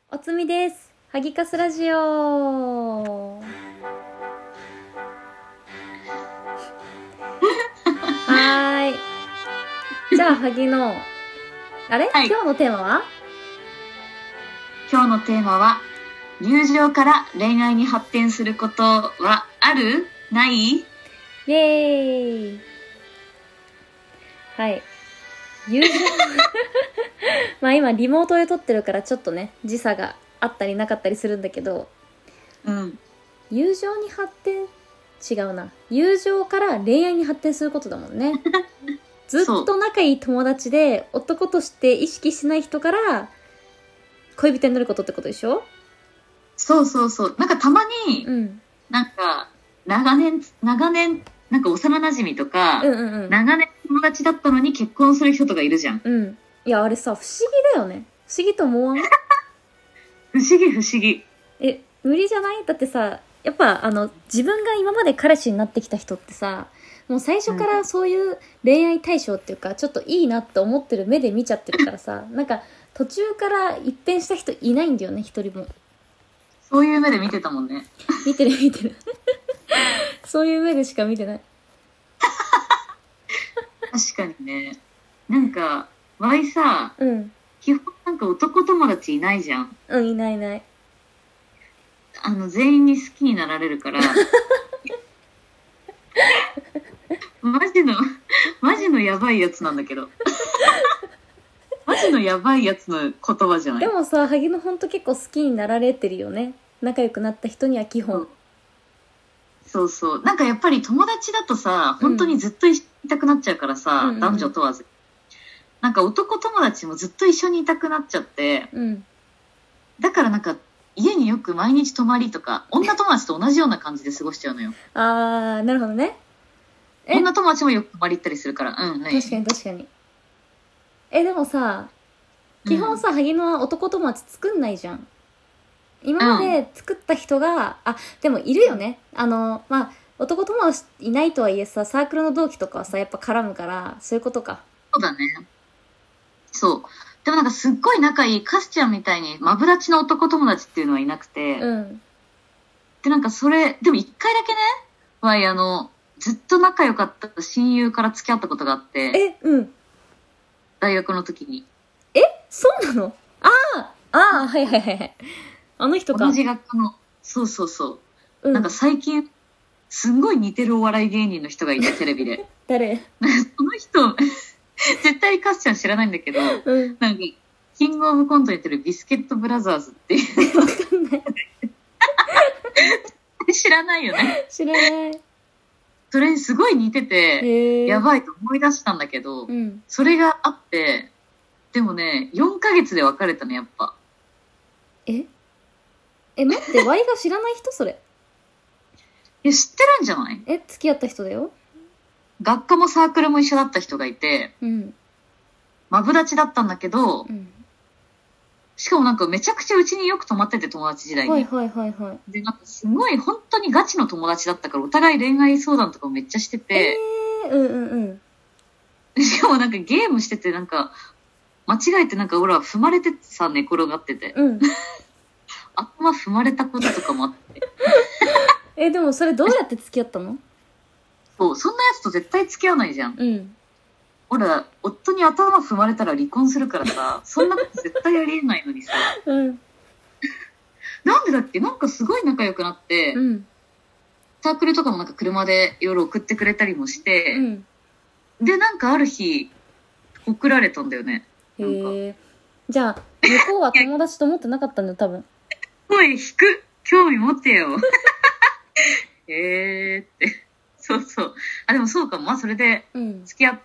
おつみです。ハギカスラジオ。はーい。じゃあ、ハギの、あれ、 はい、 今日のテーマは今日のテーマは、友情から恋愛に発展することはある？ない？ イエーイ。はい。友情まあ今リモートで撮ってるからちょっとね、時差があったりなかったりするんだけど、 うん。 友情に発展、違うな。友情から恋愛に発展することだもんね。ずっと仲いい友達で男として意識しない人から恋人になることってことでしょ？ そうそうそう。なんかたまに、 うん。 なんか、長年、なんか幼馴染とか、 うんうんうん。 長年友達だったのに結婚する人とかいるじゃん。 うん。いや、あれさ、不思議だよね。不思議と思わん？ 不思議不思議。 無理じゃない？だってさ、やっぱ自分が今まで彼氏になってきた人ってさ、もう最初からそういう恋愛対象っていうか、ちょっといいなって思ってる目で見ちゃってるからさ、なんか途中から一変した人いないんだよね、一人も。 そういう目で見てたもんね。 見てる見てる。そういう目でしか見てない。 確かにね。なんか、ワイさ、 うん。 基本なんか男友達いないじゃん。 うん、いないいない。 全員に好きになられるから、マジのやばいやつなんだけど。マジのやばいやつの言葉じゃない？ でもさ、萩野ほんと結構好きになられてるよね。仲良くなった人には基本。 そうそう。なんかやっぱり友達だとさ、本当にずっと一緒にいたくなっちゃうからさ、 うんうんうん、 男女問わず。なんか男友達もずっと一緒にいたくなっちゃって、 うん。 だからなんか家によく毎日泊まりとか、女友達と同じような感じで過ごしちゃうのよ。 あー、なるほどね。 女友達もよく泊まり行ったりするから。うん、ね。 確かに確かに。でもさ、基本さ、萩野は男友達作んないじゃん。今まで作った人が、でもいるよね。まあ、男友達いないとはいえさ、サークルの同期とかはさ、やっぱ絡むから、そういうことか。 そうだね。そう。でもなんかすっごい仲いいカスちゃんみたいにマブダチの男友達っていうのはいなくて、 うん。 でなんかそれ、でも一回だけね、ずっと仲良かった親友から付き合ったことがあって、 うん。 大学の時に。 そうなの？はいはいはいはい。あの人か。 同じ学科の、そうそうそう。 うん。 なんか最近、すんごい似てるお笑い芸人の人がいて、テレビで。 誰？ その人、絶対カスちゃん知らないんだけど、 うん。 なんか、キングオブコントに出てるビスケットブラザーズっていう。 わかんない。 知らないよね。 知らない。 それにすごい似てて、やい。 ばいと思い出したんだけど、 うん。 それがあって、でもね、4ヶ月で別れたね、やっぱ。 待って、ワイが知らない人それ？ 知ってるんじゃない？ 付き合った人だよ。 学科もサークルも一緒だった人がいて、 うん。 マブダチだったんだけど、 うん。 しかもなんかめちゃくちゃうちによく泊まってて、友達時代に。 はいはいはいはい。 で、なんかすごい本当にガチの友達だったから、お互い恋愛相談とかもめっちゃしてて、 うんうんうん。 しかもなんかゲームしてて、なんか、間違えてなんか俺は踏まれてさ、寝転がってて、 うん。 頭踏まれたこととかもあって。 でもそれどうやって付き合ったの？ そう、そんなやつと絶対付き合わないじゃん。 うん。 俺は夫に頭踏まれたら離婚するからさ、そんなこと絶対ありえないのにさ。 うん。 なんでだっけ？なんかすごい仲良くなって、 うん。 サークルとかもなんか車で夜送ってくれたりもして、 うん。 で、なんかある日、送られたんだよね。なんか、 へえ。じゃあ、向こうは友達と思ってなかったんだよ、多分。 声引く！興味持ってよ。って。そうそう。でもそうかも。まあ、それで、 うん。 付き合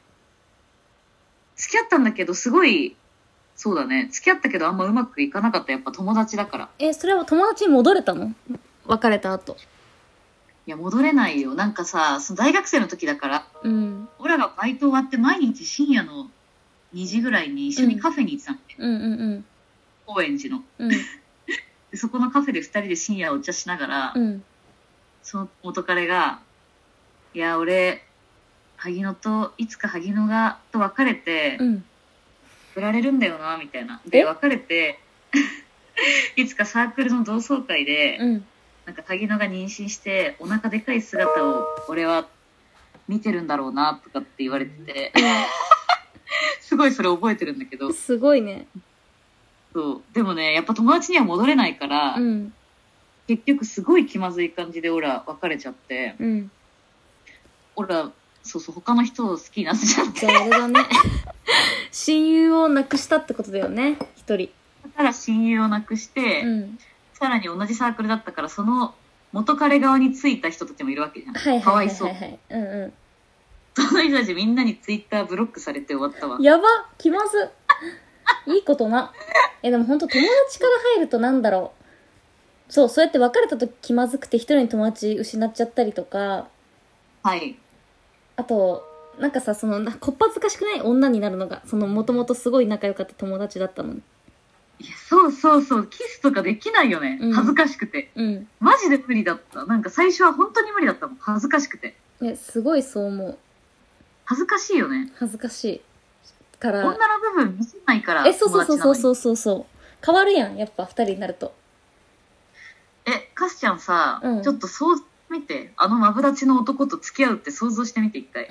ったんだけど、すごい、そうだね。付き合ったけどあんまうまくいかなかった。やっぱ友達だから。 それは友達に戻れたの？別れた後。 いや、戻れないよ。なんかさ、その大学生の時だから、 うん。 俺らがバイト終わって毎日深夜の2時ぐらいに一緒にカフェに行ってたのね。 うんうんうん。 高円寺の。 うん。 でそこのカフェで2人で深夜お茶しながら、 うん。 その元彼が、いや、俺、萩野と、いつか萩野と別れて、 うん。 振られるんだよな、みたいな。で、別れて、 いつかサークルの同窓会で、 うんなんか萩野が妊娠してお腹でかい姿を俺は見てるんだろうなとかって言われてて、すごいそれ覚えてるんだけど、 すごいね。 そうでもねやっぱ友達には戻れないから、 うん結局すごい気まずい感じでオラ別れちゃって、 うんオラそう他の人を好きになっちゃって、 じゃああれだね親友を亡くしたってことだよね、一人。 だから親友を亡くして、 うんさらに同じサークルだったからその元彼側についた人たちもいるわけじゃん。 はいかわいそう。 はいはいはいはい。うんうその人たちみんなにツイッターブロックされて終わったわん。。やば気まず。いいことな。でもほんと友達から入るとなんだろう。そうやって別れた時気まずくて一人に友達失っちゃったりとか、 はい。 あと、なんかさ、こっぱずかしくない女になるのが、もともとすごい仲良かった友達だったのに。 いや、そうそうそう、キスとかできないよね。 うん恥ずかしくて。 うん。 マジで無理だった。なんか最初は本当に無理だったもん。恥ずかしくて。 すごいそう思う。 恥ずかしいよね。 恥ずかしい。から、 女の部分見せないからそうそうそう友達なのに。 そう。変わるやん、やっぱ二人になると。 カスちゃんさ、 うんちょっと想像見て。あのマブダチの男と付き合うって想像してみて一回。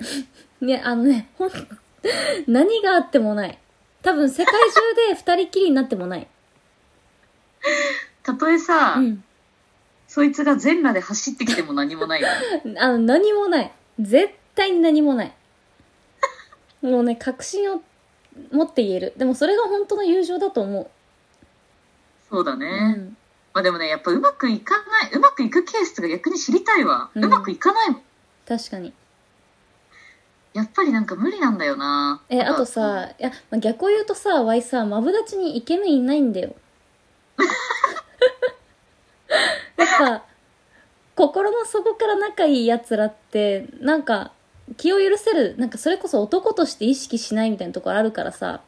何があってもない。多分世界中で二人きりになってもない。 たとえさ、 うん。 そいつが全裸で走ってきても何もないよね。 何もない。絶対に何もない。もうね、確信を持って言える。でもそれが本当の友情だと思そうだう。 ね。まあでもね、やっぱうまくいかない、うまくいくケースとか逆に知りたいわ。 うんうまくいかないもん。 確かに。 やっぱりなんか無理なんだよな。 あとさ、逆を言うとさ、ワイさ、マブダチにイケメンいないんだよ。やっぱ、心の底から仲いい奴らって、なんか、気を許せる、なんかそれこそ男として意識しないみたいなところあるからさ、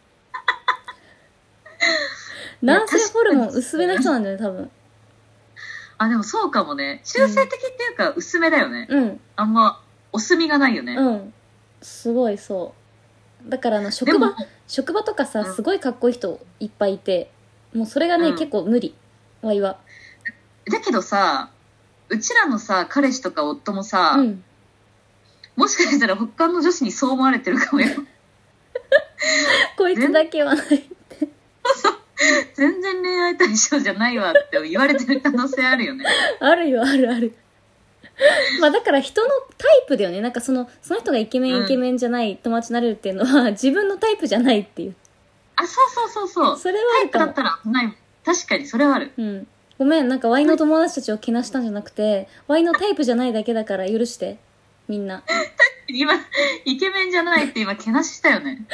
男性ホルモン薄めな人なんだよね、多分。 あ、でもそうかもね。中性的っていうか薄めだよね。 うん、 あんま、お墨がないよね。 うん。すごいそう。だから職でも場とかさ、 うんすごいかっこいい人いっぱいいて、もうそれがね、 うん結構無理。ワイは。 だけどさ、うちらのさ、彼氏とか夫もさ、 うん。 もしかしたら他の女子にそう思われてるかもよ。 こいつだけはない。 全然恋愛対象じゃないわって言われてる可能性あるよね。 あるよ、あるある。まあだから人のタイプだよね。なんかその人がイケメン、 うんイケメンじゃない友達になれるっていうのは自分のタイプじゃないっていう。 あ、そう。 それはあるかも。 タイプだったらないもん。確かに、それはある。 うん。ごめん、なんかワイの友達たちをけなしたんじゃなくて、ワイのタイプじゃないだけだから許して。みんな。 今、イケメンじゃないって今、けなしたよね。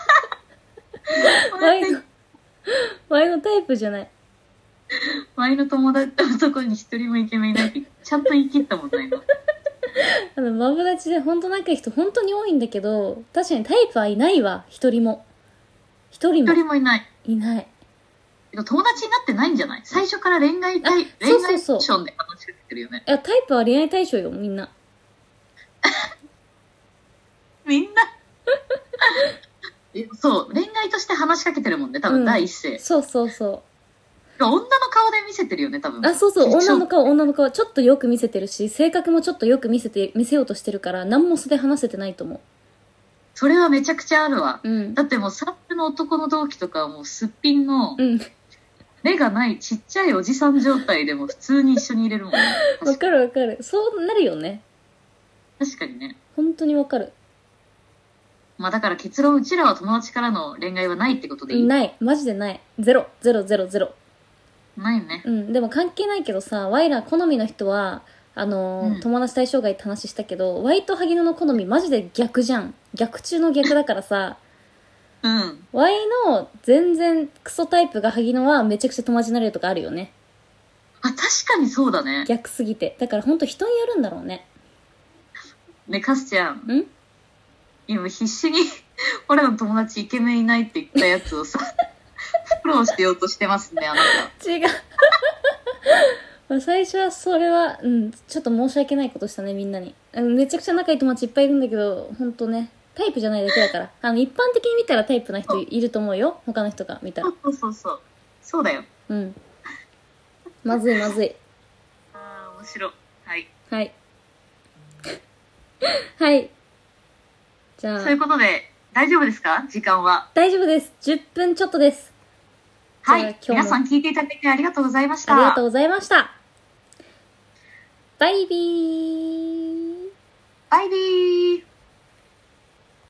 ワイのタイプじゃない。 前の友達のとこに一人もイケメンいないって、ちゃんと言い切ったもんね、今。 マブダチで本当仲いい人本当に多いんだけど、確かにタイプはいないわ、一人も。一人一も人もいない。 いない。 友達になってないんじゃない？最初から恋愛そうそうションで話しかけてるよね。 タイプは恋愛対象よ、みんな。 みんな。そう、恋愛として話しかけてるもんね、多分、 うん第一声。 そうそうそう。 女の顔で見せてるよね、多分。 そうそう、 緊張女の顔、ちょっとよく見せてるし、性格もちょっとよく見せようとしてるから、何も素で話せてないと思それはめちゃくちゃあるわ。 う。うん。 だってもう、サップの男の同期とかはもうすっぴんの、 うん。 目がないちっちゃいおじさん状態でも普通に一緒に入れるもんね。 わかるわかる。そうなるよね。 確かにね。 本当にわかる。 まあだから結論、うちらは友達からの恋愛はないってことでいい？ ない。マジでない。ゼロ。ゼロゼロゼロ。 ないね。 うん。でも関係ないけどさ、ワイら好みの人は、 うん友達対象外って話したけど、ワイとハギノの好みマジで逆じゃん。逆中の逆だからさ、 うん。 ワイの全然クソタイプがハギノはめちゃくちゃ友達になれるとかあるよね。 あ、確かにそうだね。 逆すぎて。だからほんと人によるんだろうね。 ね、カスちゃん。 ん今必死に、俺らの友達イケメンいないって言ったやつをさ、フォローしようとしてますね、あなた。 違う。まあ最初はそれは、ちょっと申し訳ないことしたね、みんなに。めちゃくちゃ仲いい友達いっぱいいるんだけど、ほんとね、タイプじゃないだけだから。一般的に見たらタイプな人いると思うよ。他の人が見たら。 そう。そうだよ。 うん。まずいまずい。 ああ、面白い。はい。 はい。はい。じゃあ。 そういうことで、大丈夫ですか？時間は。 大丈夫です。10分ちょっとです。 はい。皆さん聞いていただいてありがとうございました。 ありがとうございました。バイビー。 バイビー。